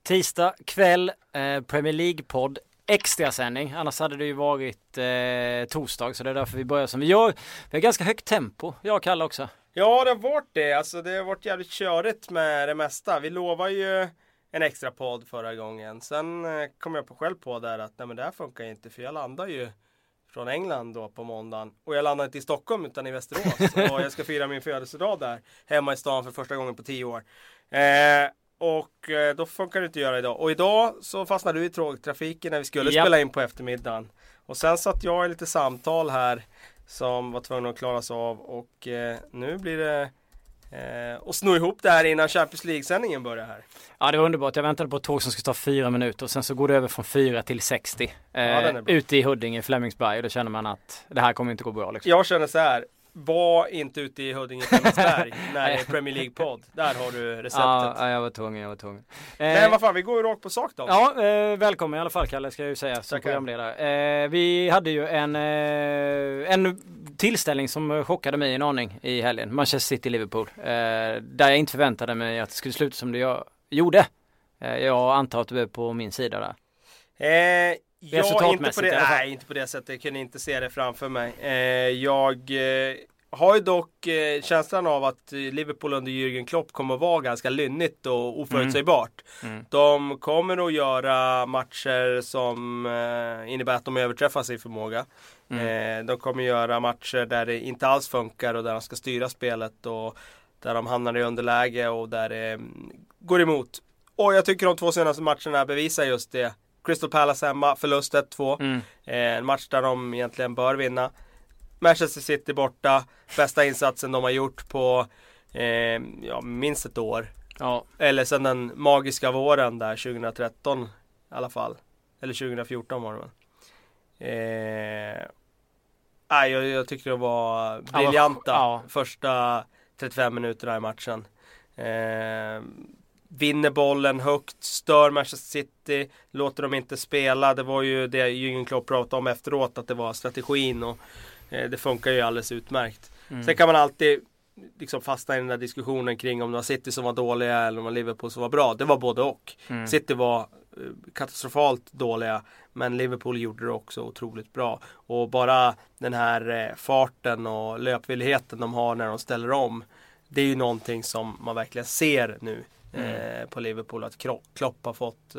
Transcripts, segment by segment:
Tisdag kväll, Premier League-podd, extrasändning. Annars hade det ju varit torsdag, så det är därför vi börjar som vi gör. Vi har ganska högt tempo, jag och Kalle också. Ja, det har varit det. Alltså, det har varit jävligt körigt med det mesta. Vi lovar ju en extra podd förra gången. Sen kom jag själv på där att nej, men det här funkar inte, för jag landar ju från England då på måndagen. Och jag landar inte i Stockholm utan i Västerås. Och jag ska fira min födelsedag där hemma i stan för första gången på 10 år. Och då funkar det inte att göra idag. Och idag så fastnade du i tågtrafiken när vi skulle spela in på eftermiddagen. Och sen satt jag i lite samtal här som var tvungna att klaras av. Och nu blir det och sno ihop det här innan Champions League-sändningen börjar här. Ja, det var underbart. Jag väntade på ett tåg som skulle ta 4 minuter. Och sen så går det över från 4 till 60. Ute i Huddinge, Flemingsberg. Och då känner man att det här kommer inte gå bra. Liksom. Jag känner så här. Var inte ute i Huddinge, Flemingsberg när det är Premier League-podd. Där har du receptet. Ja, jag var tvungen. Men vad fan, vi går ju rakt på sak då. Ja, välkommen i alla fall, Kalle, ska jag ju säga som programledare. Vi hade ju en tillställning som chockade mig en aning i helgen. Manchester City-Liverpool. Där jag inte förväntade mig att det skulle sluta som det gjorde. Jag antar att du är på min sida där. Ja, inte på det sättet. Jag kunde inte se det framför mig. Jag har ju dock känslan av att Liverpool under Jürgen Klopp kommer att vara ganska lynnigt och oförutsägbart. De kommer att göra matcher som innebär att de överträffar sin förmåga. De kommer göra matcher där det inte alls funkar och där de ska styra spelet och där de hamnar i underläge och där det går emot. Och jag tycker de 2 senaste matcherna bevisar just det. Crystal Palace hemma, förlust 1-2. En match där de egentligen bör vinna. Manchester City borta. Bästa insatsen de har gjort på minst ett år. Ja. Eller sedan den magiska våren där 2013 i alla fall. Eller 2014 var det väl. Jag tycker det var briljanta första 35 minuterna i matchen. Vinner bollen högt, stör Manchester City, låter dem inte spela. Det var ju det Jürgen Klopp pratade om efteråt, att det var strategin och det funkar ju alldeles utmärkt. Sen kan man alltid liksom fastna i den där diskussionen kring om det var City som var dåliga eller om det var Liverpool som var bra. Det var både och. City var katastrofalt dåliga, men Liverpool gjorde det också otroligt bra. Och bara den här farten och löpvilligheten de har när de ställer om, det är ju någonting som man verkligen ser nu. På Liverpool, att Klopp har fått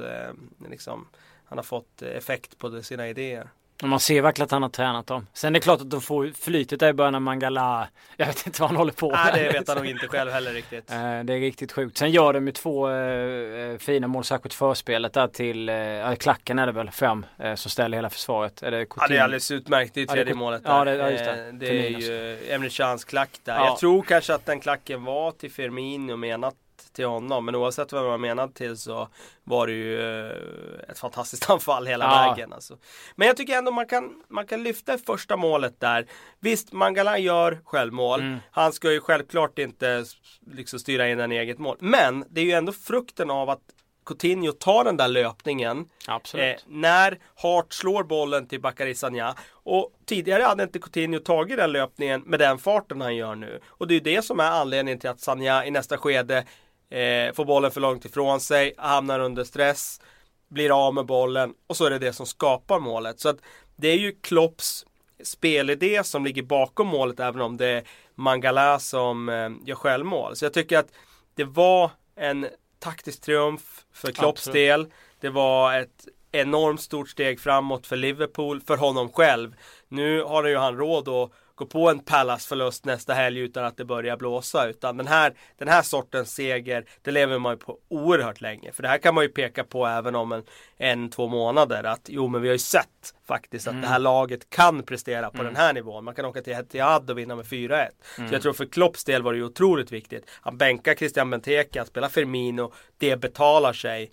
han har fått effekt på sina idéer. Och man ser verkligen att han har tränat dem. Sen är det klart att de får flytet där i början när Mangala, jag vet inte vad han håller på med. Nej, det vet han nog inte själv heller riktigt. Det är riktigt sjukt. Sen gör de ju 2 fina mål, särskilt förspelet där till klacken är det väl 5 som ställer hela försvaret. Är det det är alldeles utmärkt i tredje målet där. Ja, just det. Det är ju Emre Cans klack där. Ja. Jag tror kanske att den klacken var till Firmino menat till honom, men oavsett vad man menade till så var det ju ett fantastiskt anfall hela vägen alltså. Men jag tycker ändå man kan lyfta första målet där. Visst, Mangala gör självmål. Han ska ju självklart inte liksom styra in en eget mål, men det är ju ändå frukten av att Coutinho tar den där löpningen. Absolut. När Hart slår bollen till Bakary Sagna. Och tidigare hade inte Coutinho tagit den löpningen med den farten han gör nu. Och det är ju det som är anledningen till att Sagna i nästa skede får bollen för långt ifrån sig, hamnar under stress, blir av med bollen och så är det som skapar målet. Så att det är ju Klopps spelidé som ligger bakom målet, även om det är Mangala som gör självmål. Så jag tycker att det var en taktisk triumf för Klopps del. Det var ett enormt stort steg framåt för Liverpool, för honom själv. Nu har ju han råd att gå på en Palace-förlust nästa helg utan att det börjar blåsa. Utan den här sortens seger, det lever man ju på oerhört länge. För det här kan man ju peka på även om 1-2 månader. Att men vi har ju sett faktiskt att det här laget kan prestera på den här nivån. Man kan åka till Etihad och vinna med 4-1. Så jag tror för Klopps del var det ju otroligt viktigt. Han bänkar Christian Benteke, spelar Firmino. Det betalar sig.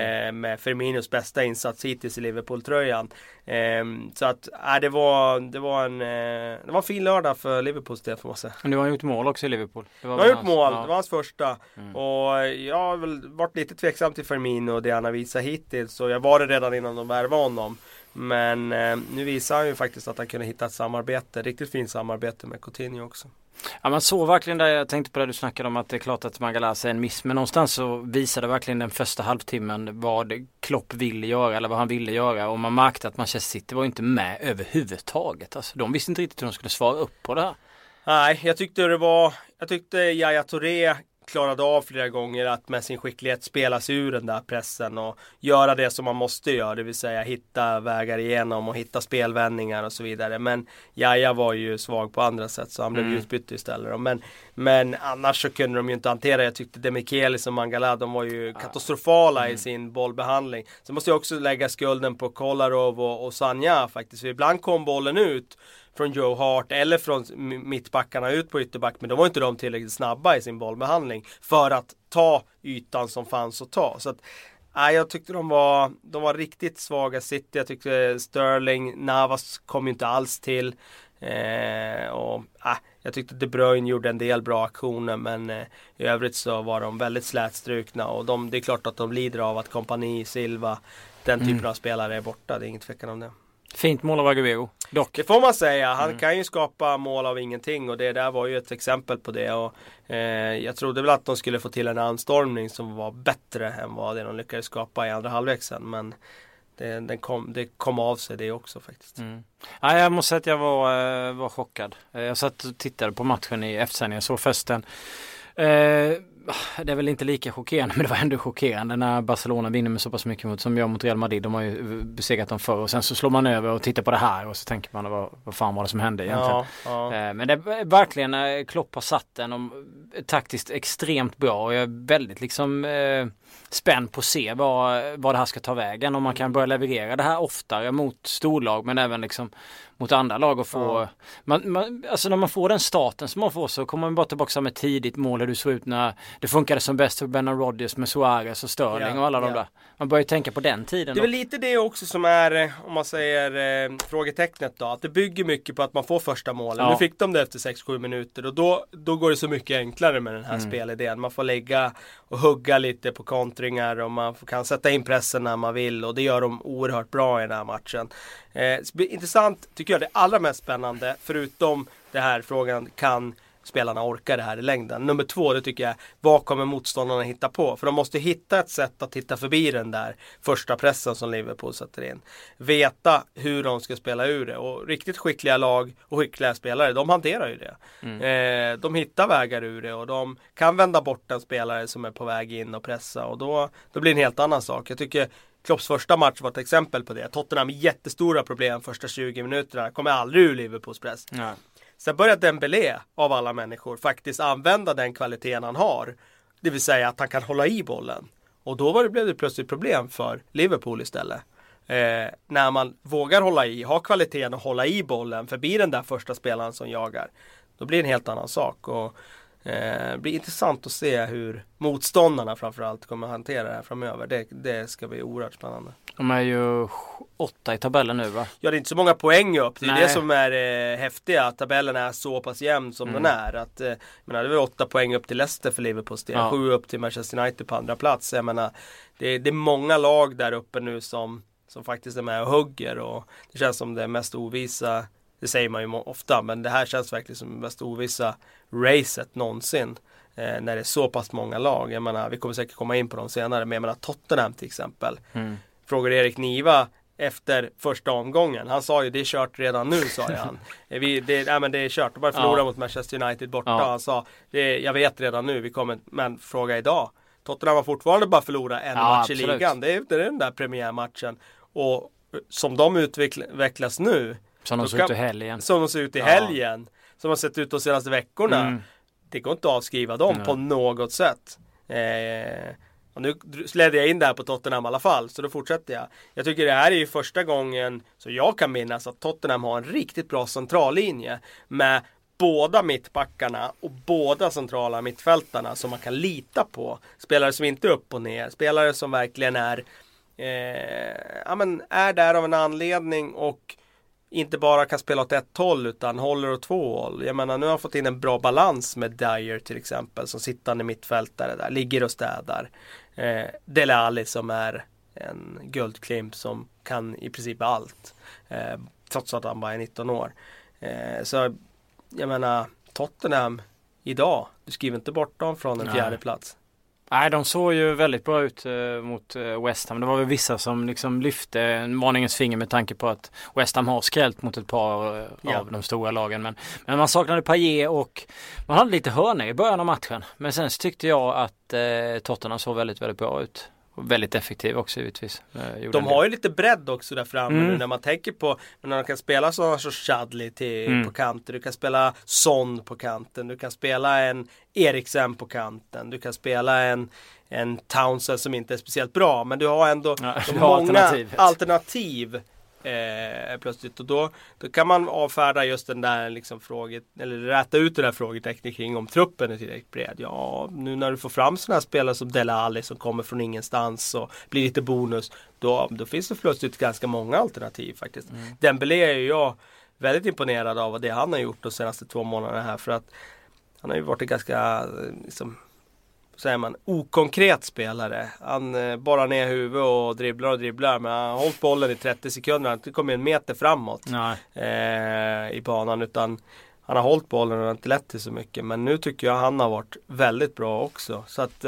Med Firminos bästa insats hittills i Liverpool-tröjan. Så att det var en fin lördag för Liverpools del, får man säga. Men du har gjort mål också i Liverpool. Det var hans första. Och jag har väl varit lite tveksam till Firmino och det han har visat hittills. Så jag var det redan innan de värvade honom. Men nu visar han ju faktiskt att han kunde hitta ett samarbete, riktigt fint samarbete med Coutinho också. Ja, man såg verkligen där, jag tänkte på det du snackade om att det är klart att Magalhaes är en miss, men någonstans så visade verkligen den första halvtimmen vad Klopp ville göra eller vad han ville göra, och man märkte att Manchester City var inte med överhuvudtaget. Alltså, de visste inte riktigt hur de skulle svara upp på det här. Nej, jag tyckte Yaya Touré klarade av flera gånger att med sin skicklighet spela sig ur den där pressen och göra det som man måste göra, det vill säga hitta vägar igenom och hitta spelvändningar och så vidare. Men Yaya var ju svag på andra sätt, så han blev utbytt istället. Men annars så kunde de ju inte hantera. Jag tyckte Demichelis och Mangala, de var ju katastrofala i sin bollbehandling. Så måste jag också lägga skulden på Kolarov och Sanja faktiskt. För ibland kom bollen ut från Joe Hart eller från mittbackarna ut på ytterback, men då var inte de tillräckligt snabba i sin bollbehandling för att ta ytan som fanns att ta. Så att, jag tyckte de var riktigt svaga City. Jag tyckte Sterling, Navas kom ju inte alls till. Jag tyckte De Bruyne gjorde en del bra aktioner, men i övrigt så var de väldigt slätstrukna, och det är klart att de lider av att Kompani, Silva, den typen av spelare är borta. Det är inget tvekan om det. Fint mål av Aguero, dock. Det får man säga. Han kan ju skapa mål av ingenting, och det där var ju ett exempel på det. Och, jag trodde väl att de skulle få till en anstormning som var bättre än vad det de lyckades skapa i andra halvlek sen. Men det kom av sig det också faktiskt. Ja, jag måste säga att jag var chockad. Jag satt och tittade på matchen i eftersändningen. Jag såg först det är väl inte lika chockerande, men det var ändå chockerande när Barcelona vinner med så pass mycket som gör mot Real Madrid. De har ju besegrat dem förr, och sen så slår man över och tittar på det här och så tänker man vad fan var det som hände egentligen. Ja. Men det är verkligen Klopp har satt den taktiskt extremt bra, och jag är väldigt spänd på att se vad det här ska ta vägen, om man kan börja leverera det här oftare mot storlag, men även mot andra lag och få alltså när man får den starten som man får, så kommer man bara tillbaka med tidigt mål hur det såg ut när det funkade som bäst för Bernard Rodgers med Suarez och Sterling och alla de där. Man börjar tänka på den tiden. Det är väl lite det också som är, om man säger frågetecknet då, att det bygger mycket på att man får första målen. Nu fick de det efter 6-7 minuter, och då går det så mycket enklare med den här spelidén. Man får lägga och hugga lite på kontringar, och man kan sätta in pressen när man vill, och det gör de oerhört bra i den här matchen. Intressant tycker jag, det allra mest spännande, förutom det här frågan, kan spelarna orka det här i längden? Nummer 2, det tycker jag, vad kommer motståndarna hitta på? För de måste hitta ett sätt att hitta förbi den där första pressen som Liverpool sätter in. Veta hur de ska spela ur det. Och riktigt skickliga lag och skickliga spelare, de hanterar ju det. De hittar vägar ur det, och de kan vända bort en spelare som är på väg in och pressa, och då blir det en helt annan sak. Jag tycker Klopps första match var ett exempel på det. Tottenham jättestora problem första 20 minuterna, kommer aldrig ur Liverpools press. Ja. Sen började Dembélé av alla människor faktiskt använda den kvaliteten han har. Det vill säga att han kan hålla i bollen. Och då blev det plötsligt problem för Liverpool istället. När man vågar hålla i, har kvaliteten att hålla i bollen förbi den där första spelaren som jagar. Då blir det en helt annan sak. Och det blir intressant att se hur motståndarna framförallt kommer att hantera det här framöver. Det ska bli oerhört spännande. De är ju 8 i tabellen nu, va? Ja, det är inte så många poäng upp. Det är det som är häftiga, att tabellen är så pass jämn som den är. Att, det är väl 8 poäng upp till Leicester för Liverpools del. 7 upp till Manchester United på andra plats. Jag menar, det är många lag där uppe nu som faktiskt är med och hugger. Och det känns som det mest ovisa. Det säger man ju ofta, men det här känns verkligen som det mest ovissa racet någonsin. När det är så pass många lag. Jag menar, vi kommer säkert komma in på dem senare, men jag menar Tottenham till exempel. Frågar Erik Niva efter första omgången. Han sa ju, det är kört redan nu, sa han. Det är kört. De bara förlorar mot Manchester United borta. Han sa, jag vet redan nu, men fråga idag. Tottenham har fortfarande bara förlorat en match i ligan. Det är den där premiärmatchen. Och som de utvecklas nu, som de ser ut i helgen. Som de ser ut i helgen. Som har sett ut de senaste veckorna. Det går inte att avskriva dem på något sätt. Och nu slädde jag in där på Tottenham i alla fall. Så då fortsätter jag. Jag tycker det här är ju första gången så jag kan minnas att Tottenham har en riktigt bra centrallinje. Med båda mittbackarna och båda centrala mittfältarna som man kan lita på. Spelare som inte är upp och ner. Spelare som verkligen är där av en anledning och inte bara kan spela åt ett håll utan håller åt två håll. Jag menar, nu har jag fått in en bra balans med Dyer till exempel som sittande mittfältare där, ligger och städar. Dele Alli som är en guldklimp som kan i princip allt. Trots att han bara är 19 år. Så jag menar, Tottenham idag. Du skriver inte bort dem från en fjärde plats. Nej, de såg ju väldigt bra ut mot West Ham. Det var väl vissa som liksom lyfte en varningens finger med tanke på att West Ham har skrällt mot ett par av de stora lagen. Men man saknade Payet och man hade lite hörnor i början av matchen. Men sen så tyckte jag att Tottenham såg väldigt, väldigt bra ut. Och väldigt effektiv också givetvis. De har ju lite bredd också där framme nu när man tänker på när de kan spela så Chadli på kanten. Du kan spela Son på kanten. Du kan spela en Eriksen på kanten. Du kan spela en Townsend som inte är speciellt bra. Men du har ändå många alternativ. Plötsligt och då kan man avfärda just den där liksom fråget eller räta ut det där frågetecknet kring om truppen är tillräckligt bred. Ja, nu när du får fram sådana här spelare som Dele Alli som kommer från ingenstans och blir lite bonus, då finns det plötsligt ganska många alternativ faktiskt. Dembélé är ju jag väldigt imponerad av det han har gjort de senaste 2 månaderna här, för att han har ju varit en ganska liksom, säger man, okonkret spelare. Han bara ner huvudet och dribblar, men han har hållit bollen i 30 sekunder. Han kommer en meter framåt i banan, utan han har hållit bollen och har inte lett till så mycket. Men nu tycker jag han har varit väldigt bra också. Så att,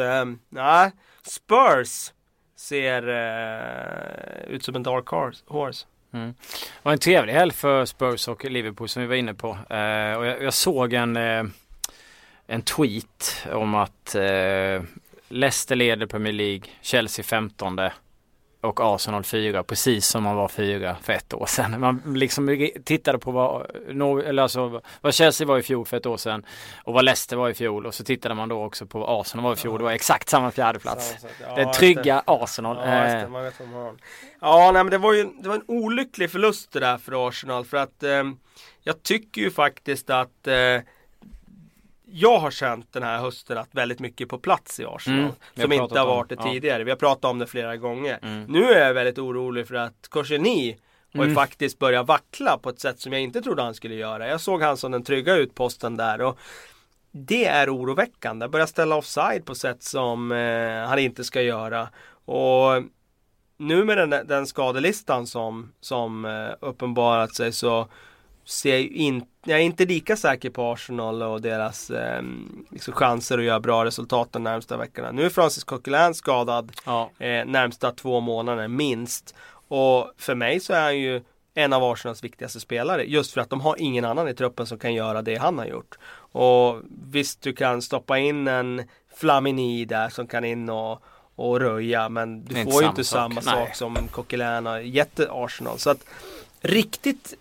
Spurs ser ut som en dark horse. Det var en trevlig helg för Spurs och Liverpool som vi var inne på. Och jag såg en tweet om att Leicester leder Premier League, Chelsea 15:e och Arsenal 4, precis som man var 4 för ett år sedan. Man liksom tittade på vad Chelsea var i fjol för ett år sedan och vad Leicester var i fjol, och så tittade man då också på Arsenal var i fjol. Det var exakt samma fjärdeplats. Det trygga Arsenal. Men det var en olycklig förlust det där för Arsenal, för att jag tycker ju faktiskt att jag har känt den här hösten att väldigt mycket på plats i Arsenal som inte har varit det tidigare. Vi har pratat om det flera gånger. Nu är jag väldigt orolig för att Koscielny har ju faktiskt börjat vackla på ett sätt som jag inte trodde han skulle göra. Jag såg han som den trygga utposten där, och det är oroväckande. Börjar ställa offside på sätt som han inte ska göra. Och nu med den skadelistan som uppenbarat sig, så jag är inte lika säker på Arsenal och deras liksom chanser att göra bra resultat de närmsta veckorna. Nu är Francis Coquelin skadad närmsta 2 månader minst. Och för mig så är han ju en av Arsenals viktigaste spelare, just för att de har ingen annan i truppen som kan göra det han har gjort. Och visst, du kan stoppa in en Flamini där som kan in och röja, men du får ju inte samma sak som Coquelin har gett Arsenal. Så att riktigt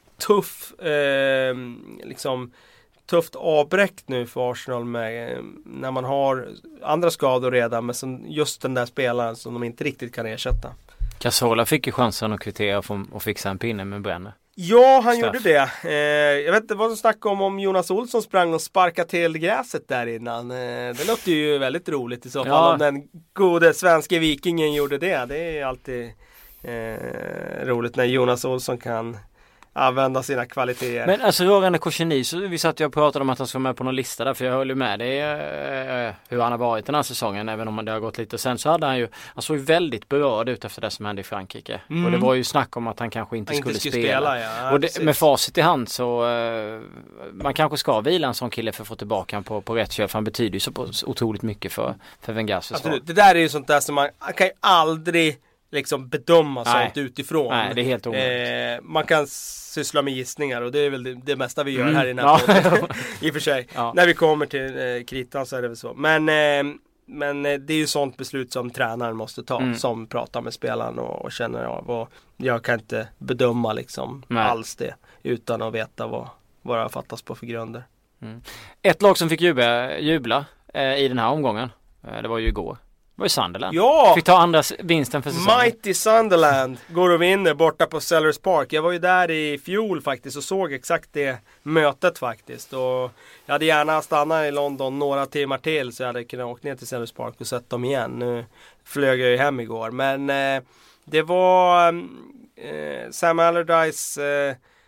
tufft avbräck nu för Arsenal när man har andra skador redan, men som just den där spelaren som de inte riktigt kan ersätta. Cazorla fick ju chansen att kvittera och fixa en pinne med Brenner. Ja, han gjorde det. Jag vet inte vad som snackade om Jonas Olsson sprang och sparkade till gräset där innan. Det låter ju väldigt roligt i så fall om den gode svenska vikingen gjorde det. Det är alltid roligt när Jonas Olsson kan använda sina kvaliteter. Men alltså rörande Koscielny, så vi satt och pratade om att han ska med på någon lista där, för jag höll ju med dig hur han har varit den här säsongen, även om det har gått lite. Och sen så hade han såg ju väldigt berörd ut efter det som hände i Frankrike. Och det var ju snack om att han kanske inte skulle spela. Och med facit i hand så man kanske ska vila en sån kille för att få tillbaka han på rätt köp, för han betyder ju så otroligt mycket för Wengers försvar. Alltså, det där är ju sånt där som man kan ju aldrig liksom bedöma sånt utifrån. Nej, det är helt omöjligt. Man kan syssla med gissningar, och det är väl det mesta vi gör här i den här podden. I och för sig. När vi kommer till kritan så är det väl så. Men det är ju sånt beslut som tränaren måste ta, som pratar med spelaren och känner av. Och jag kan inte bedöma liksom alls det utan att veta vad det fattas på för grunder. Ett lag som fick jubla i den här omgången, det var ju igår. Det var ju Sunderland. Ja! Fick ta andra vinsten för säsongen. Mighty Sunderland går och vinner borta på Sellers Park. Jag var ju där i fjol faktiskt och såg exakt det mötet faktiskt. Och jag hade gärna stannat i London några timmar till, så jag hade kunnat åka ner till Sellers Park och sett dem igen. Nu flög jag ju hem igår. Men det var Sam Allardyce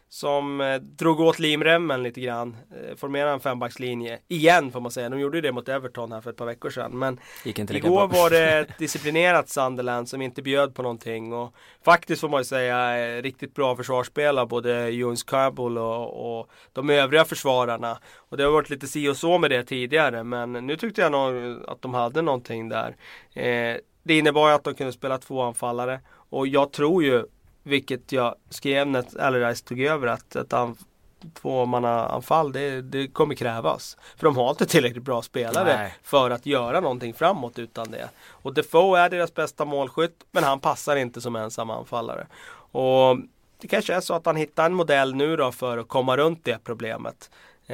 som drog åt limremmen lite grann. Formerade en fembackslinje. Igen får man säga. De gjorde ju det mot Everton här för ett par veckor sedan. Men igår var det ett disciplinerat Sunderland som inte bjöd på någonting. Och faktiskt får man ju säga riktigt bra försvarsspelare. Både Jones Campbell och de övriga försvararna. Och det har varit lite si och så med det tidigare. Men nu tyckte jag nog att de hade någonting där. Det innebar att de kunde spela 2 anfallare. Och jag tror ju, vilket jag skrev när Allardyce tog över, att 2-manna-anfall det kommer krävas. För de har inte tillräckligt bra spelare för att göra någonting framåt utan det. Och Defoe är deras bästa målskytt, men han passar inte som ensam anfallare. Och det kanske är så att han hittar en modell nu då för att komma runt det problemet.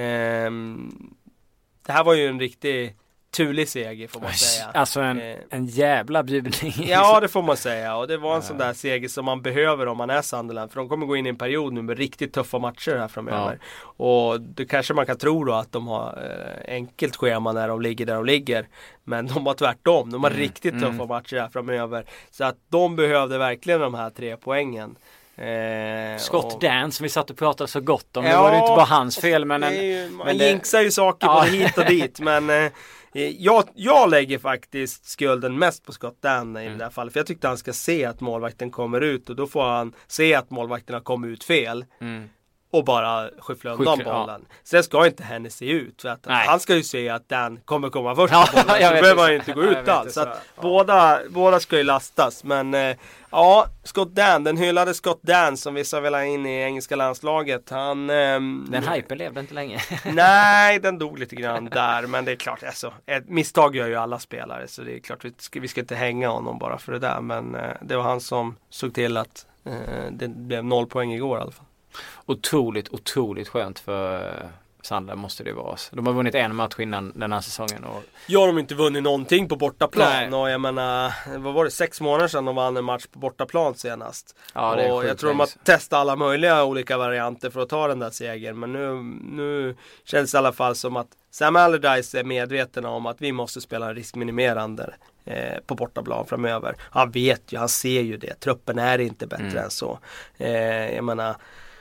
Det här var ju en riktig turlig seger får man säga. Alltså en jävla bjudning. Ja, det får man säga. Och det var en sån där seger som man behöver om man är Sunderland. För de kommer gå in i en period nu med riktigt tuffa matcher här framöver. Ja. Och det kanske man kan tro då att de har enkelt schema när de ligger där de ligger. Men de har tvärtom. De har riktigt tuffa matcher här framöver. Så att de behövde verkligen de här 3 poängen. Scott Dance som vi satt och pratade så gott om. Det var ju inte bara hans fel. Men man jinxar ju saker både hit och dit. Men jag lägger faktiskt skulden mest på Scott Dan i det här fallet. För jag tyckte han ska se att målvakten kommer ut. Och då får han se att målvakten har kommit ut fel. Och bara skyffla undan bollen. Sen ska inte henne se ut. För att han ska ju se att Dan kommer komma först på bollen. Så behöver han ju inte gå ut alls. Så att båda ska ju lastas. Men Scott Dan, den hyllade Scott Dan som vissa vill ha in i engelska landslaget. Den hypen levde inte länge. Nej, den dog lite grann där. Men det är klart, alltså, ett misstag gör ju alla spelare. Så det är klart, vi ska inte hänga honom bara för det där. Men det var han som såg till att det blev 0 poäng igår i alla fall. Otroligt skönt för Sunderland måste det vara. De har vunnit 1 match innan den här säsongen. Ja, de har inte vunnit någonting på bortaplan. Och jag menar, vad var det? 6 månader sedan de vann en match på bortaplan senast. Ja, det är och jag tror de har testat alla möjliga olika varianter för att ta den där segern. Men nu känns det i alla fall som att Sam Allardyce är medveten om att vi måste spela riskminimerande på bortaplan framöver. Han vet ju, han ser ju det. Truppen är inte bättre än så. Jag menar,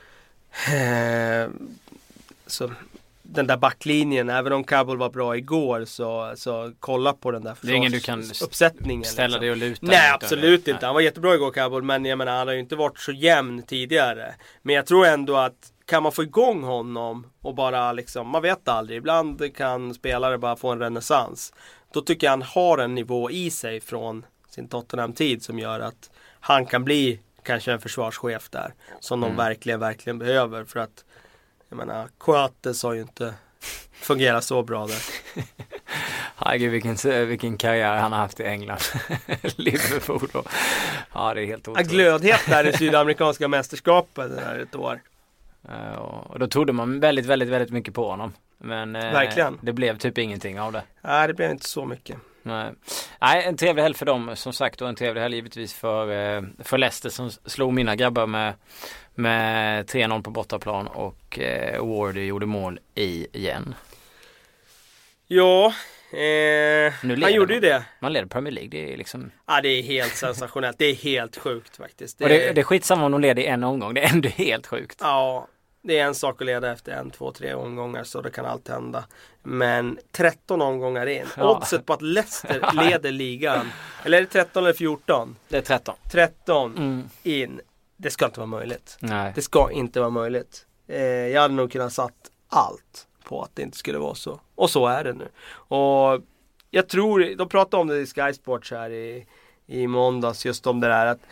så den där backlinjen, även om Kabul var bra igår, så kolla på den där uppsättningen. Ställa liksom. Det och luta. Nej, absolut inte. Han var jättebra igår, Kabul, men jag menar, han har ju inte varit så jämn tidigare. Men jag tror ändå att kan man få igång honom och bara liksom, man vet aldrig, ibland kan spelare bara få en renässans. Då tycker jag han har en nivå i sig från sin Tottenham-tid som gör att han kan bli kanske en försvarschef där som de verkligen behöver, för att jag menar, Coates har ju inte fungerat så bra där. Herregud, vilken karriär han har haft i England. Liverpool och, ja, det är helt otroligt. Glödhet där i sydamerikanska mästerskapet där ett år. Och då trodde man väldigt mycket på honom. Men det blev typ ingenting av det. Nej, det blev inte så mycket. Nej, en trevlig helg för dem som sagt, och en trevlig helg givetvis för Leicester som slog mina grabbar med 3-0 på bortaplan, och Ward gjorde mål igen. Ja, han gjorde ju det. Man leder Premier League, det är liksom... Ja, det är helt sensationellt. Det är helt sjukt faktiskt. Det är skitsamma om de leder i en omgång, det är ändå helt sjukt. Ja, det är en sak att leda efter 1, 2, 3 omgångar, så det kan allt hända. Men 13 omgångar in. Oddset på att Leicester leder ligan. Eller är det 13 eller 14? Det är 13. 13 in. Det ska inte vara möjligt. Nej. Det ska inte vara möjligt. Jag hade nog kunnat satt allt på att det inte skulle vara så. Och så är det nu. Och jag tror, de pratade om det i Sky Sports här i måndags, just om det där att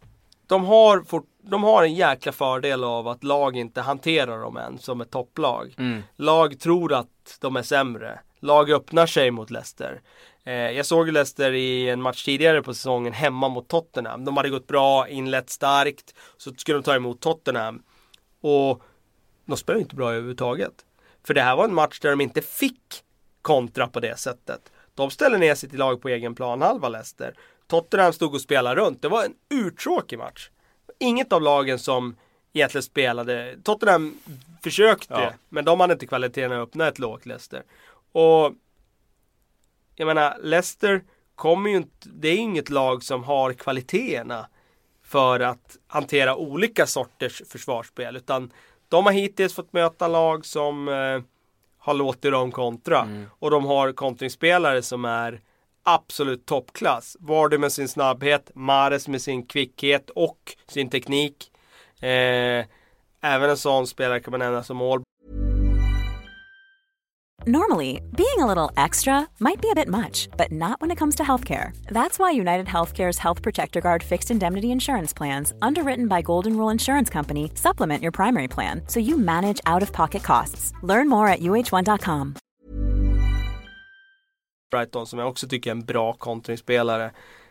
de har en jäkla fördel av att lag inte hanterar dem än som ett topplag. Lag tror att de är sämre. Lag öppnar sig mot Leicester. Jag såg Leicester i en match tidigare på säsongen hemma mot Tottenham. De hade gått bra, inlett starkt. Så skulle de ta emot Tottenham. Och de spelade inte bra överhuvudtaget. För det här var en match där de inte fick kontra på det sättet. De ställde ner sitt lag på egen plan, halva Leicester. Tottenham stod och spelade runt. Det var en urtråkig match. Inget av lagen som egentligen spelade. Tottenham försökte, men de hade inte kvaliteten att öppna ett lågt Leicester. Och jag menar, Leicester kommer ju inte, det är inget lag som har kvaliteterna för att hantera olika sorters försvarsspel. Utan de har hittills fått möta lag som har låtit dem kontra. Och de har kontringsspelare som är absolut toppklass. Vardy med sin snabbhet, Mahrez med sin kvickhet och sin teknik. Även en sån spelare kan man nämna som mål. Normally, being a little extra might be a bit much, but not when it comes to healthcare. That's why United Healthcare's Health Protector Guard fixed indemnity insurance plans, underwritten by Golden Rule Insurance Company, supplement your primary plan so you manage out-of-pocket costs. Learn more at uh1.com. Brighton, som jag också tycker är en bra kontringsspelare.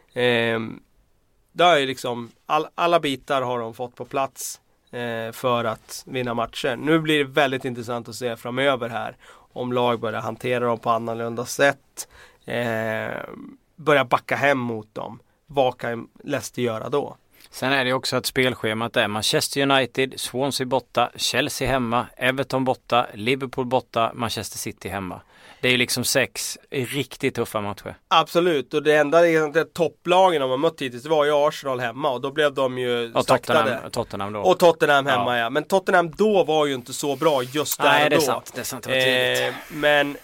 Där är liksom alla bitar har de fått på plats för att vinna matcher. Nu blir det väldigt intressant att se framöver här om lag börjar hantera dem på annorlunda sätt, börjar backa hem mot dem. Vad kan Leicester göra då? Sen är det också att spelschemat är Manchester United, Swansea borta, Chelsea hemma, Everton borta, Liverpool borta, Manchester City hemma. Det är liksom 6 riktigt tuffa matcher. Absolut, och det enda topplagen de har mött hittills, det var ju Arsenal hemma, och då blev de ju slaktade. Tottenham då. Och Tottenham hemma, ja. Men Tottenham då var ju inte så bra just där. Nej, det är sant. Det är sant, det var tidigt. Men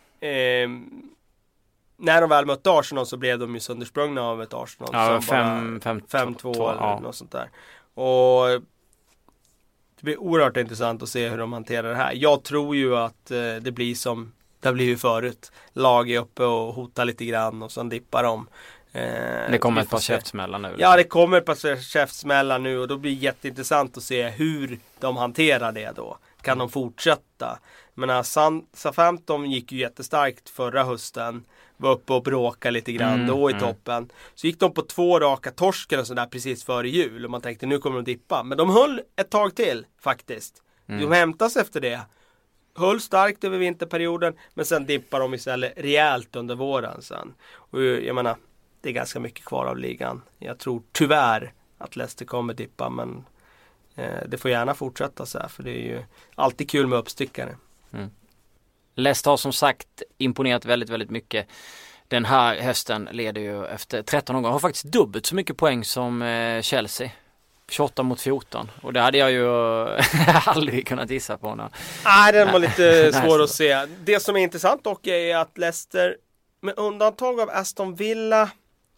när de väl mötte Arsenal så blev de ju söndersprungna av ett Arsenal. Ja, som 5-2 eller något sånt där. Och det blir oerhört intressant att se hur de hanterar det här. Jag tror ju att det blir som det blir ju förut. Lag är uppe och hotar lite grann och sen dippar de. Det kommer ett par käftsmällar nu. Ja, det kommer ett par käftsmällar nu, och då blir det jätteintressant att se hur de hanterar det då. Kan de fortsätta? Men Southampton gick ju jättestarkt förra hösten. Var uppe och bråkade lite grann då i toppen. Så gick de på 2 raka torskar och sådär precis före jul. Och man tänkte nu kommer de dippa. Men de höll ett tag till faktiskt. De hämtas efter det. Höll starkt över vinterperioden, men sen dippar de istället rejält under våren sen. Och jag menar, det är ganska mycket kvar av ligan. Jag tror tyvärr att Leicester kommer dippa, men det får gärna fortsätta så här, för det är ju alltid kul med uppstickare. Leicester har som sagt imponerat väldigt, väldigt mycket. Den här hösten leder ju efter 13 omgångar. Har faktiskt dubbelt så mycket poäng som Chelsea. 28-14. Och det hade jag ju aldrig kunnat gissa på. Nej, den var lite svår att se. Det som är intressant dock är att Leicester, med undantag av Aston Villa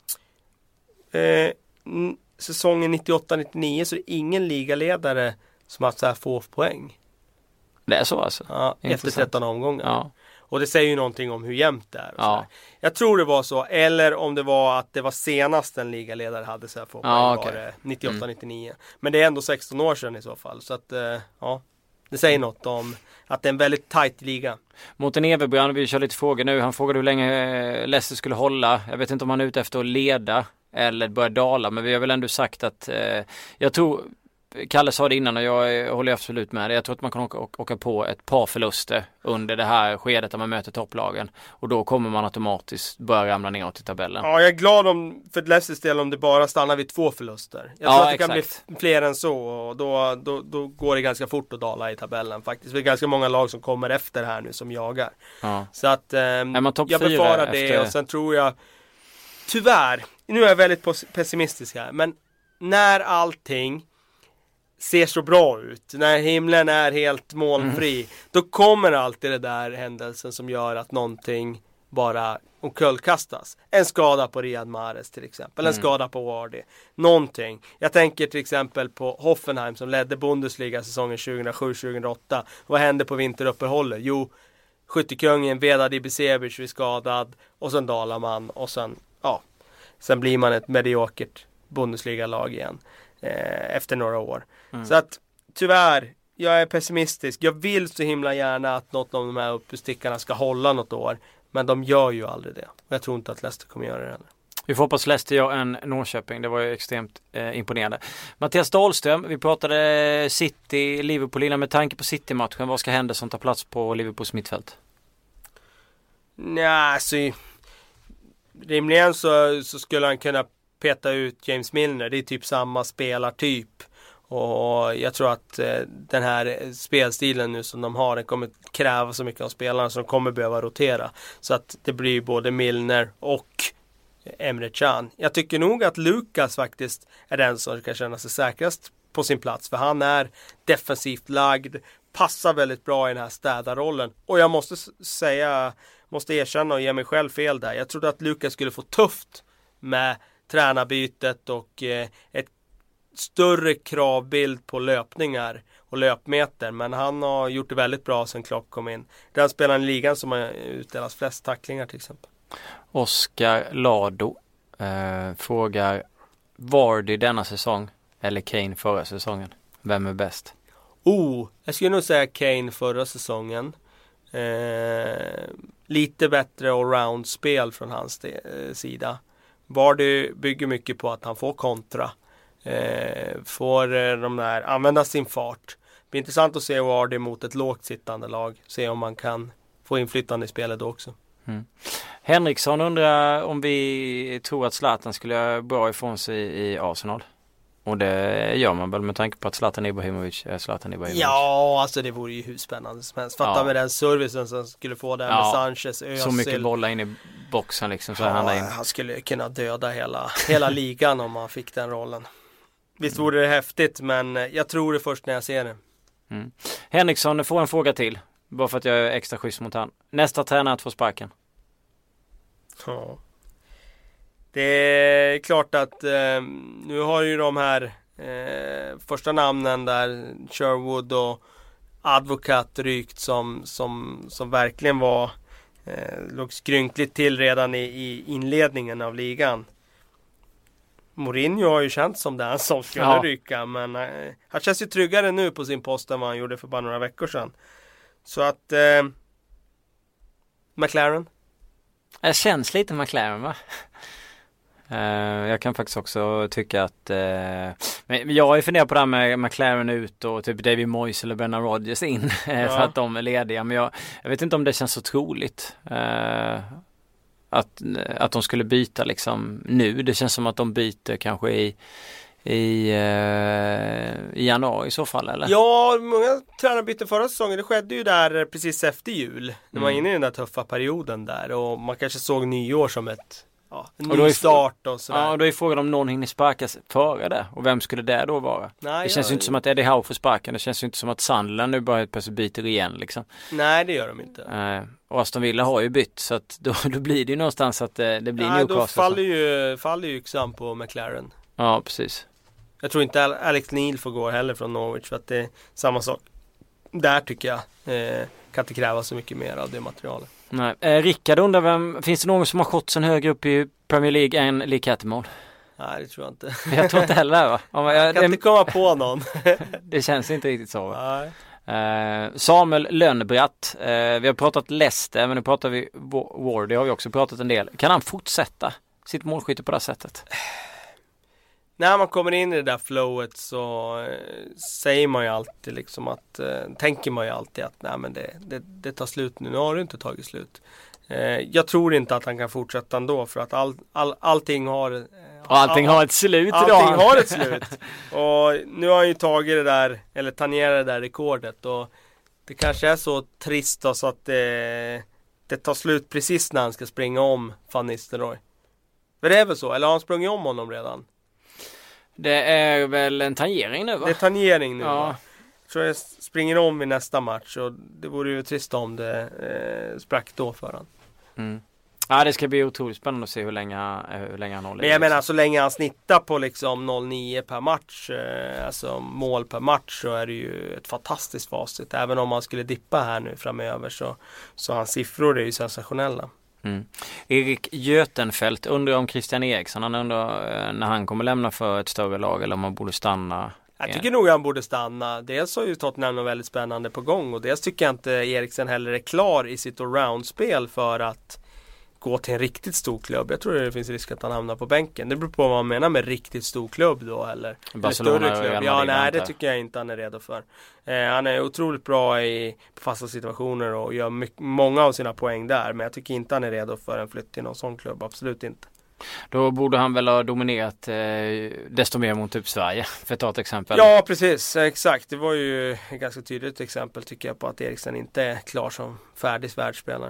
säsongen 98-99, så är det ingen ligaledare som har haft så här få poäng. Det är så alltså? Ja, efter 13 omgångar. Ja. Och det säger ju någonting om hur jämnt det är. Och ja. Jag tror det var så. Eller om det var att det var senast en ligaledare hade så här få poäng, var det 98-99. Men det är ändå 16 år sedan i så fall. Så att, ja, det säger något om att det är en väldigt tight liga. Mårten Everbrand, vi kör lite frågor nu. Han frågade hur länge Leicester skulle hålla. Jag vet inte om han är ute efter att leda eller börja dala. Men vi har väl ändå sagt att jag tror... Kalle sa det innan och jag håller absolut med det. Jag tror att man kan åka på ett par förluster under det här skedet där man möter topplagen. Och då kommer man automatiskt börja ramla neråt i tabellen. Ja, jag är glad för Leicesters del om det bara stannar vid 2 förluster. Jag tror att det kan bli fler än så. Och då går det ganska fort att dala i tabellen faktiskt. Det är ganska många lag som kommer efter här nu som jagar. Ja. Så att jag befarar det efter... och sen tror jag tyvärr, nu är jag väldigt pessimistisk här, men när allting ser så bra ut, när himlen är helt molnfri, då kommer alltid det där händelsen som gör att någonting bara omkullkastas. En skada på Riyad Mahrez till exempel, en skada på Vardy, någonting. Jag tänker till exempel på Hoffenheim som ledde Bundesliga säsongen 2007-2008. Vad hände på vinteruppehållet? Jo, skyttekungen Vedad Ibisevic blir skadad och sen dalar man och sen blir man ett mediokert Bundesliga-lag igen efter några år. Så att tyvärr, jag är pessimistisk. Jag vill så himla gärna att något av de här uppstickarna ska hålla något år, men de gör ju aldrig det. Och jag tror inte att Leicester kommer göra det heller. Vi får hoppas Leicester gör en Norrköping. Det var ju extremt imponerande. Mattias Dahlström, vi pratade City, Liverpool innan. Med tanke på City-matchen, vad ska hända som tar plats på Liverpools mittfält? Nej, så rimligen så skulle han kunna peta ut James Milner. Det är typ samma spelartyp. Och jag tror att den här spelstilen nu som de har, den kommer kräva så mycket av spelarna som de kommer behöva rotera. Så att det blir både Milner och Emre Can. Jag tycker nog att Lukas faktiskt är den som kan känna sig säkrast på sin plats. För han är defensivt lagd, passar väldigt bra i den här städarrollen. Och jag måste erkänna och ge mig själv fel där. Jag trodde att Lukas skulle få tufft med tränarbytet och ett större kravbild på löpningar och löpmeter. Men han har gjort det väldigt bra sen Klopp kom in. Den spelaren i ligan som har utdelat flest tacklingar till exempel. Oskar Lado frågar Vardy denna säsong eller Kane förra säsongen? Vem är bäst? Jag skulle nog säga Kane förra säsongen. Lite bättre allround-spel från hans sida. Vardy bygger mycket på att han får kontra. Får de där använda sin fart. Det blir intressant att se Vardy mot ett lågt sittande lag. Se om man kan få inflytande i spelet då också. Henriksson undrar om vi tror att Zlatan skulle göra bra ifrån sig i Arsenal. Och det gör man väl med tanke på att Zlatan Ibrahimovic är Zlatan Ibrahimovic. Ja, alltså det vore ju hur spännande som helst. Fatta med den servicen som skulle få där med Sanchez, Özil. Så mycket bollar in i boxen liksom. Så han skulle kunna döda hela ligan om han fick den rollen. Visst vore det häftigt, men jag tror det först när jag ser det. Henriksson får en fråga till. Bara för att jag är extra schysst mot han. Nästa tränare att få sparken. Ja. Det är klart att nu har ju de här första namnen där Sherwood och Advokat rykt som verkligen var låg skrynkligt till redan i inledningen av ligan. Mourinho har ju känt som den som skulle ryka, men han känns ju tryggare nu på sin post än vad han gjorde för bara några veckor sedan. Så att McLaren. Jag känns lite McLaren, va? Jag kan faktiskt också tycka att men jag har ju funderat på det här med McLaren ut och typ David Moyes eller Brendan Rodgers in för att de är lediga, men jag vet inte om det känns så troligt att de skulle byta liksom nu. Det känns som att de byter kanske i januari i så fall, eller? Ja, många tränarbyten förra säsongen. Det skedde ju där precis efter jul. När man var inne i den där tuffa perioden där. Och man kanske såg nyår som en ny start och sådär. Ja, och då är frågan om någon hinner sparkas före det. Och vem skulle det då vara? Det känns ju inte som att Eddie Howe får sparken. Det känns ju inte som att Sunderland nu bara plötsligt byter igen liksom. Nej, det gör de inte. Och Aston Villa har ju bytt. Så att då blir det ju någonstans att det blir Newcastle. Då faller ju yxan på McLaren. Ja, precis. Jag tror inte Alex Neil får gå heller från Norwich, för att det är samma sak. Där tycker jag kan inte kräva så mycket mer av det materialet. Nej. Rickard undrar, finns det någon som har skotsen högre upp i Premier League än Lee Cattermore? Nej, det tror jag inte. Jag tror inte heller, va? Jag kan inte komma på någon. Det känns inte riktigt så, va? Nej. Samuel Lönnbratt. Vi har pratat Leicester, men nu pratar vi Wardy, har vi också pratat en del. Kan han fortsätta sitt målskytte på det sättet? När man kommer in i det där flowet så säger man ju alltid liksom att tänker man ju alltid att nej, men det tar slut nu. Nu har det inte tagit slut. Jag tror inte att han kan fortsätta ändå, för att allting har ett slut idag. Allting har ett slut. Och nu har han ju tagit det där, eller tangerat det där rekordet, och det kanske är så trist då, så att det tar slut precis när han ska springa om Van Nistelrooy. Men det är väl så, eller har han sprungit om honom redan? Det är väl en tangering nu, va? Det är tangering nu, va? Så jag springer om i nästa match, och det vore ju trist om det sprack då för han. Ja, det ska bli otroligt spännande att se hur länge han håller. Men jag menar, så länge han snittar på liksom 0,9 per match, alltså mål per match, så är det ju ett fantastiskt facit. Även om han skulle dippa här nu framöver, så hans siffror är ju sensationella. Erik Götenfält undrar om Christian Eriksson. Han undrar när han kommer lämna för ett större lag, eller om han borde stanna. Jag tycker nog han borde stanna. Dels har ju Tottenham något väldigt spännande på gång, och dels tycker jag inte Eriksen heller är klar i sitt allround-spel för att gå till en riktigt stor klubb. Jag tror det finns risk att han hamnar på bänken. Det beror på vad man menar med riktigt stor klubb då, eller större klubb. Ja, nej, det tycker jag inte han är redo för. Han är otroligt bra på fasta situationer och gör många av sina poäng där, men jag tycker inte han är redo för en flytt till någon sån klubb, absolut inte. Då borde han väl ha dominerat desto mer mot typ Sverige, för att ta ett exempel. Ja, precis, exakt. Det var ju ett ganska tydligt exempel tycker jag på att Eriksen inte är klar som färdig världsspelare.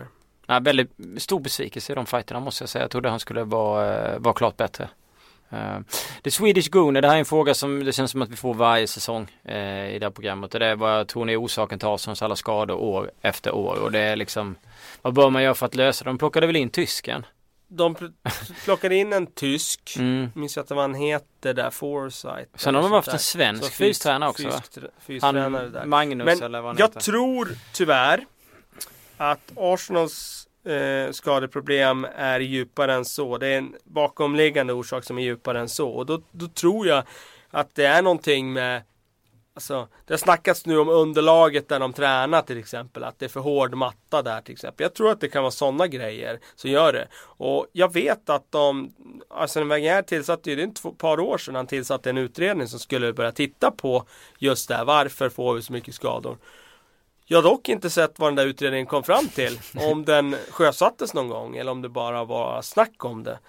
Ja, väldigt stor besvikelse i de fighterna måste jag säga. Jag trodde han skulle vara klart bättre. The Swedish Gooner, det här är en fråga som det känns som att vi får varje säsong i det här programmet. Och det är vad tror ni är orsaken till Arsenals alla skador år efter år. Och det är liksom, vad bör man göra för att lösa det? De plockade väl in tysken? De plockade in en tysk. Minns jag att han heter där, Forsyth. Sen har de haft en svensk fystränare också. Fystränare där. Magnus men eller vad han jag heter. tror tyvärr att Arsenals skadeproblem är djupare än så. Det är en bakomliggande orsak som är djupare än så. Och då tror jag att det är någonting med, alltså, det har snackats nu om underlaget där de tränar till exempel, att det är för hård matta där till exempel. Jag tror att det kan vara sådana grejer som gör det. Och jag vet att Arsene Wenger tillsatte ju, det är ett par år sedan han tillsatte en utredning som skulle börja titta på just det här, varför får vi så mycket skador. Jag har dock inte sett vad den där utredningen kom fram till. Om den sjösattes någon gång eller om det bara var snack om det.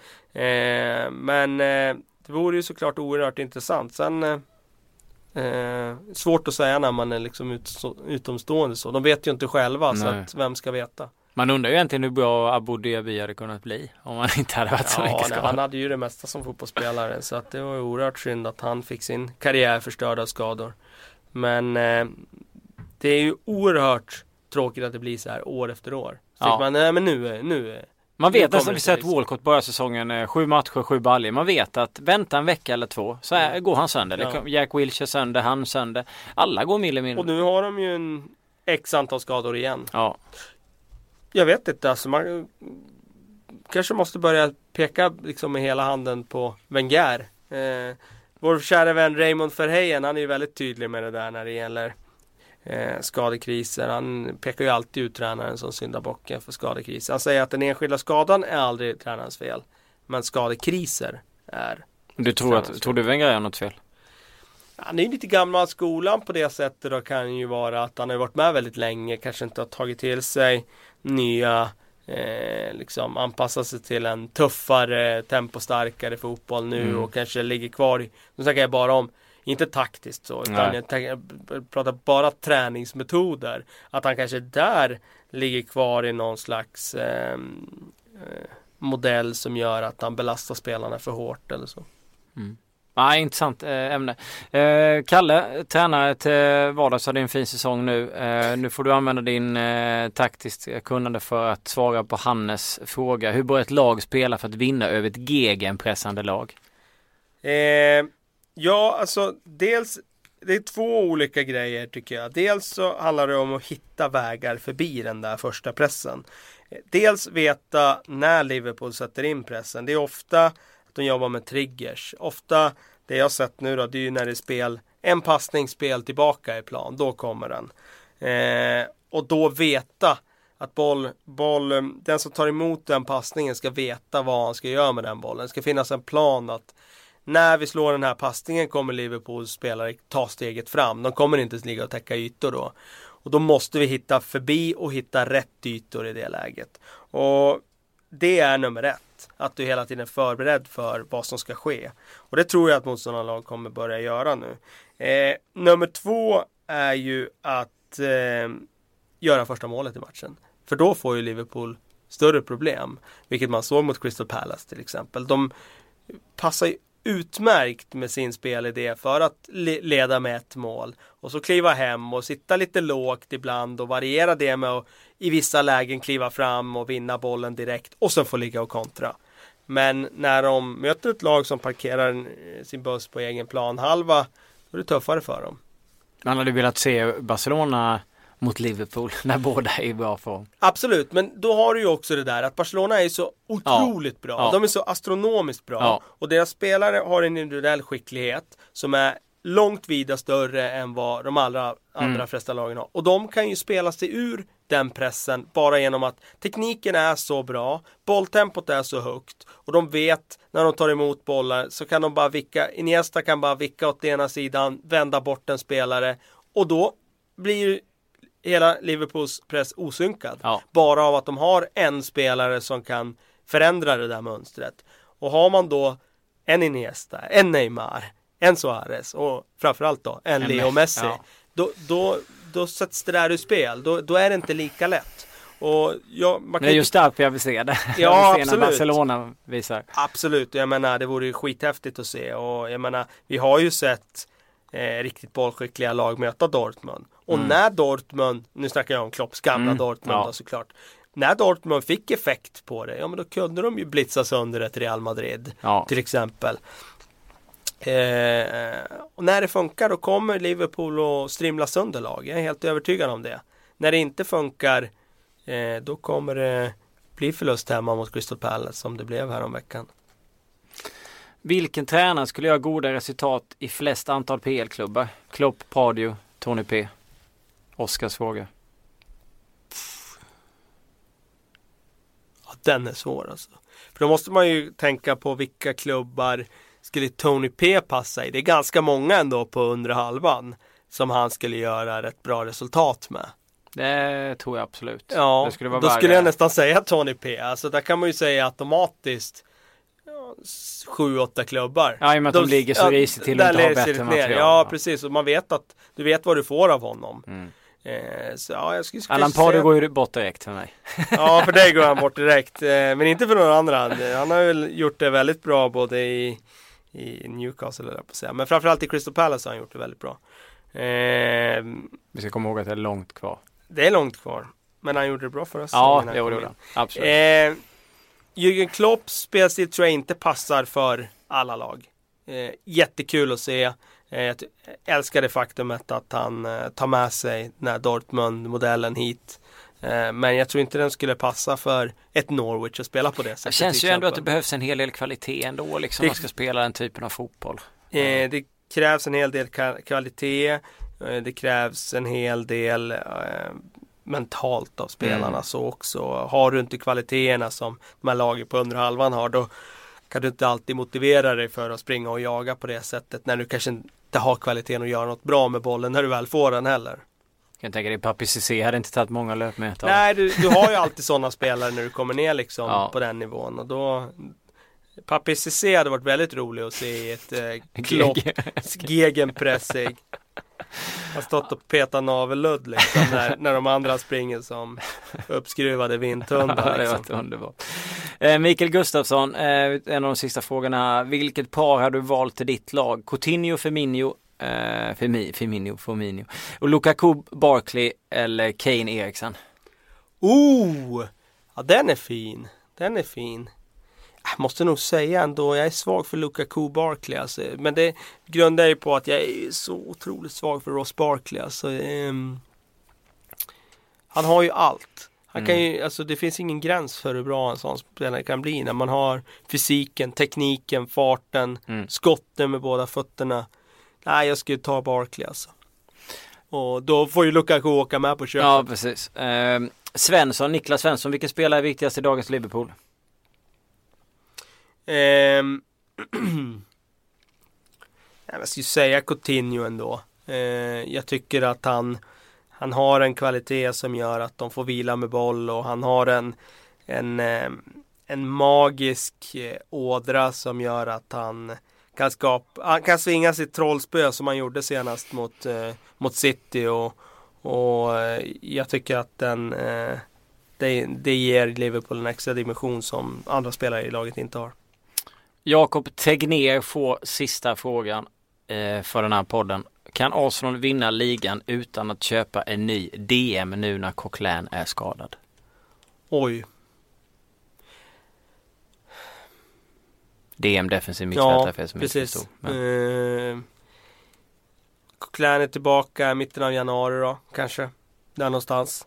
Men det vore ju såklart oerhört intressant. Sen svårt att säga när man är liksom utomstående så. De vet ju inte själva. Nej. Så att vem ska veta. Man undrar ju egentligen hur bra Abu Dhabi hade kunnat bli om han inte hade varit så mycket skadad. Han hade ju det mesta som fotbollsspelare. Så att det var ju oerhört synd att han fick sin karriär förstörd av skador. Men det är ju oerhört tråkigt att det blir så här år efter år. Så man, nej men nu man vet nästan, vi sett Walcott börja säsongen 7 matcher, 7 baljor. Man vet att vänta en vecka eller 2 så går han sönder. Ja. Jack Wilshere sönder, han sönder. Alla går millimeter. Och nu har de ju en x antal skador igen. Ja. Jag vet inte, alltså man kanske måste börja peka liksom med hela handen på Wenger. Vår kära vän Raymond Verheyen, han är ju väldigt tydlig med det där när det gäller skadekriser. Han pekar ju alltid ut tränaren som syndabocken för skadekriser. Han säger att den enskilda skadan är aldrig tränarens fel, men skadekriser är. Tror du Wenger gör något fel? Han är ju lite gammal skolan på det sättet. Då kan ju vara att han har varit med väldigt länge, kanske inte har tagit till sig nya liksom anpassa sig till en tuffare, tempostarkare fotboll nu och kanske ligger kvar i, nu snackar jag bara om inte taktiskt så, utan jag pratar bara träningsmetoder. Att han kanske där ligger kvar i någon slags modell som gör att han belastar spelarna för hårt eller så. Ja, intressant ämne. Kalle, tränare till vardags, har din fin säsong nu. Nu får du använda din taktiskt kunnande för att svara på Hannes fråga. Hur bör ett lag spela för att vinna över ett gegenpressande lag? Ja, alltså dels, det är 2 olika grejer tycker jag. Dels så handlar det om att hitta vägar förbi den där första pressen. Dels veta när Liverpool sätter in pressen. Det är ofta att de jobbar med triggers. Ofta, det jag har sett nu då, det är ju när det är en passningsspel tillbaka i plan. Då kommer den. Och då veta att den som tar emot den passningen ska veta vad han ska göra med den bollen. Det ska finnas en plan att när vi slår den här passningen kommer Liverpools spelare ta steget fram. De kommer inte ligga och täcka ytor då. Och då måste vi hitta förbi och hitta rätt ytor i det läget. Och det är nummer 1. Att du hela tiden är förberedd för vad som ska ske. Och det tror jag att motståndarlag kommer börja göra nu. Nummer 2 är ju att göra första målet i matchen. För då får ju Liverpool större problem. Vilket man såg mot Crystal Palace till exempel. De passar ju utmärkt med sin spelidé för att leda med ett mål. Och så kliva hem och sitta lite lågt ibland och variera det med att i vissa lägen kliva fram och vinna bollen direkt och sen få ligga och kontra. Men när de möter ett lag som parkerar sin buss på egen planhalva, då är det tuffare för dem. Man hade velat se Barcelona mot Liverpool när båda är i bra form. Absolut, men då har du ju också det där att Barcelona är så otroligt bra. Ja. De är så astronomiskt bra. Ja. Och deras spelare har en individuell skicklighet som är långt vida större än vad de andra flesta lagen har. Och de kan ju spela sig ur den pressen bara genom att tekniken är så bra, bolltempot är så högt och de vet när de tar emot bollar så kan de bara vicka, Iniesta kan bara vicka åt ena sidan, vända bort en spelare och då blir hela Liverpools press osynkad. Ja. Bara av att de har en spelare som kan förändra det där mönstret. Och har man då en Iniesta, en Neymar, en Suarez och framförallt då en Leo Messi. Ja. Då sätts det där ur spel. Då är det inte lika lätt. Och det är just därför jag vill se det. Ja, absolut. När Barcelona visar. Absolut, jag menar det vore ju skithäftigt att se. Och jag menar, vi har ju sett riktigt bollskickliga lag möta Dortmund. Och när Dortmund, nu snackar jag om Klopps gamla Dortmund då, såklart. När Dortmund fick effekt på det, ja men då kunde de ju blitza sönder ett Real Madrid till exempel. Och när det funkar då kommer Liverpool att strimla sönder lag. Jag är helt övertygad om det. När det inte funkar då kommer det bli förlust hemma mot Crystal Palace som det blev här om veckan. Vilken tränare skulle göra goda resultat i flest antal PL-klubbar? Klopp, Pardew, Tony P. Oskars fråga. Ja, den är svår alltså. För då måste man ju tänka på vilka klubbar skulle Tony P passa i. Det är ganska många ändå på undre halvan som han skulle göra ett bra resultat med. Det tror jag absolut. Ja, det skulle vara då skulle jag nästan säga Tony P. Alltså där kan man ju säga automatiskt 7-8 klubbar. Ja, i och med att de ligger så risigt till och inte har bättre material. Ja, precis. Och man vet att du vet vad du får av honom. Så, ja, jag skulle Allan Pardew går ju bort direkt för mig. Ja, för dig går han bort direkt. Men inte för några andra. Han har väl gjort det väldigt bra både i Newcastle eller på att säga. Men framförallt i Crystal Palace har han gjort det väldigt bra. Vi ska komma ihåg att det är långt kvar. Det är långt kvar. Men han gjorde det bra för oss. Ja, det gjorde han. Absolut. Jürgen Klopps spelstil tror jag inte passar för alla lag. Jättekul att se. Jag älskar det faktumet att han tar med sig den här Dortmund-modellen hit. Men jag tror inte den skulle passa för ett Norwich att spela på det sättet. Det känns ju ändå att det behövs en hel del kvalitet ändå liksom, man ska spela den typen av fotboll. Det krävs en hel del kvalitet. Det krävs en hel del mentalt av spelarna så också. Har du inte kvaliteterna som de här lagen på under halvan har, då kan du inte alltid motivera dig för att springa och jaga på det sättet när du kanske inte har kvaliteten att göra något bra med bollen när du väl får den heller. Jag kan tänka dig Papi Cissé hade inte tagit många löpmeter. Nej, du har ju alltid sådana spelare när du kommer ner liksom på den nivån, och då Papi Cissé hade varit väldigt rolig att se i ett gegenpressig. Han stått och petat navelludd liksom när de andra springer som uppskruvade vindtunnor. Det var underbart. Mikael Gustafsson, en av de sista frågorna. Vilket par har du valt till ditt lag? Coutinho, Firmino och Lukaku, Barkley eller Kane, Eriksen? Ja, den är fin. Den är fin. Jag måste nog säga ändå, jag är svag för Lukaku, Barkley alltså. Men det grundar ju på att jag är så otroligt svag för Ross Barkley alltså. Han har ju allt. Han kan ju, alltså det finns ingen gräns för hur bra en sån spelare kan bli när man har fysiken, tekniken, farten, skotten med båda fötterna. Nej, jag skulle ta Barkley alltså. Och då får ju Lukaku åka med på köpet. Ja, precis. Niklas Svensson, vilken spelare är viktigast i dagens Liverpool? Jag skulle säga Coutinho ändå. Jag tycker att han har en kvalitet som gör att de får vila med boll, och han har en magisk ådra som gör att han kan svinga sitt trollspö som han gjorde senast mot City, och jag tycker att det ger Liverpool en extra dimension som andra spelare i laget inte har. Jakob Tegnér får sista frågan för den här podden. Kan Arsenal vinna ligan utan att köpa en ny DM nu när Coquelin är skadad? Oj. DM defensiv mittfältare för som precis. Coquelin är tillbaka i mitten av januari då, kanske. Där någonstans.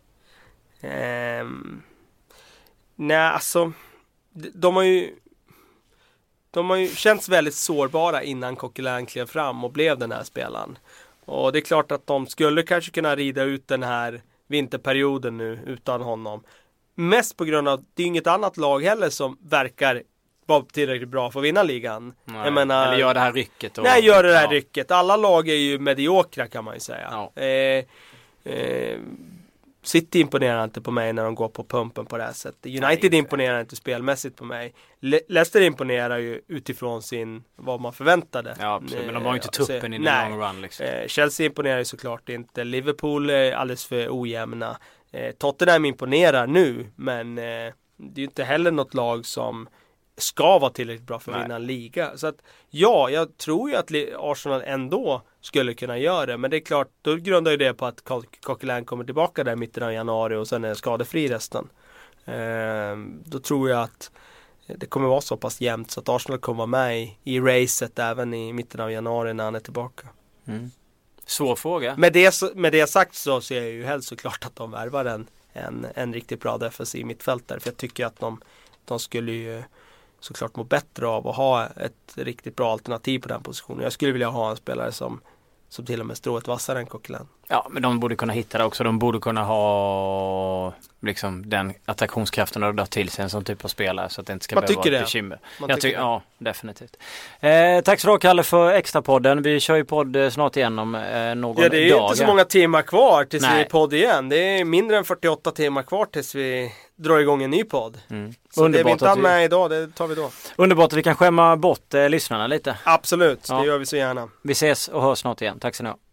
Nej, alltså de har ju känts väldigt sårbara innan Coquelin klev fram och blev den här spelaren. Och det är klart att de skulle kanske kunna rida ut den här vinterperioden nu utan honom. Mest på grund av att det är inget annat lag heller som verkar vara tillräckligt bra för att vinna ligan. Jag menar, eller gör det här rycket. Gör det här rycket. Alla lag är ju mediokra kan man ju säga. Ja. City imponerar inte på mig när de går på pumpen på det här sättet. United imponerar inte spelmässigt på mig. Leicester imponerar ju utifrån vad man förväntade. Ja, absolut. Men de har ju inte tuppen i the long run. Liksom. Chelsea imponerar ju såklart inte. Liverpool är alldeles för ojämna. Tottenham imponerar nu, men det är ju inte heller något lag som ska vara tillräckligt bra för att vinna en liga. Så att ja, jag tror ju att Arsenal ändå skulle kunna göra det, men det är klart, då grundar ju det på att Coquelin kommer tillbaka där i mitten av januari och sen är skadefri resten. Då tror jag att det kommer vara så pass jämnt så att Arsenal kommer vara med i racet även i mitten av januari när han är tillbaka. Svår fråga. Med det sagt så ser jag ju helst såklart att de värvar en riktigt bra defensiv mittfältare, för jag tycker att de skulle ju såklart må bättre av att ha ett riktigt bra alternativ på den positionen. Jag skulle vilja ha en spelare som till och med strået vassare än Coquelin. Ja, men de borde kunna hitta det också. De borde kunna ha liksom den attraktionskraften och dra till sig en sån typ av spelare så att det inte ska behöva vara ett bekymmer. Ja, definitivt. Tack så mycket, Kalle, för extrapodden. Vi kör ju podd snart igen om någon dag. Ja, det är ju inte så många timmar kvar tills vi är podd igen. Det är mindre än 48 timmar kvar tills vi drar igång en ny podd. Så det vi inte har med idag, det tar vi då. Underbart att vi kan skämma bort lyssnarna lite. Absolut, det gör vi så gärna. Vi ses och hörs snart igen. Tack så mycket.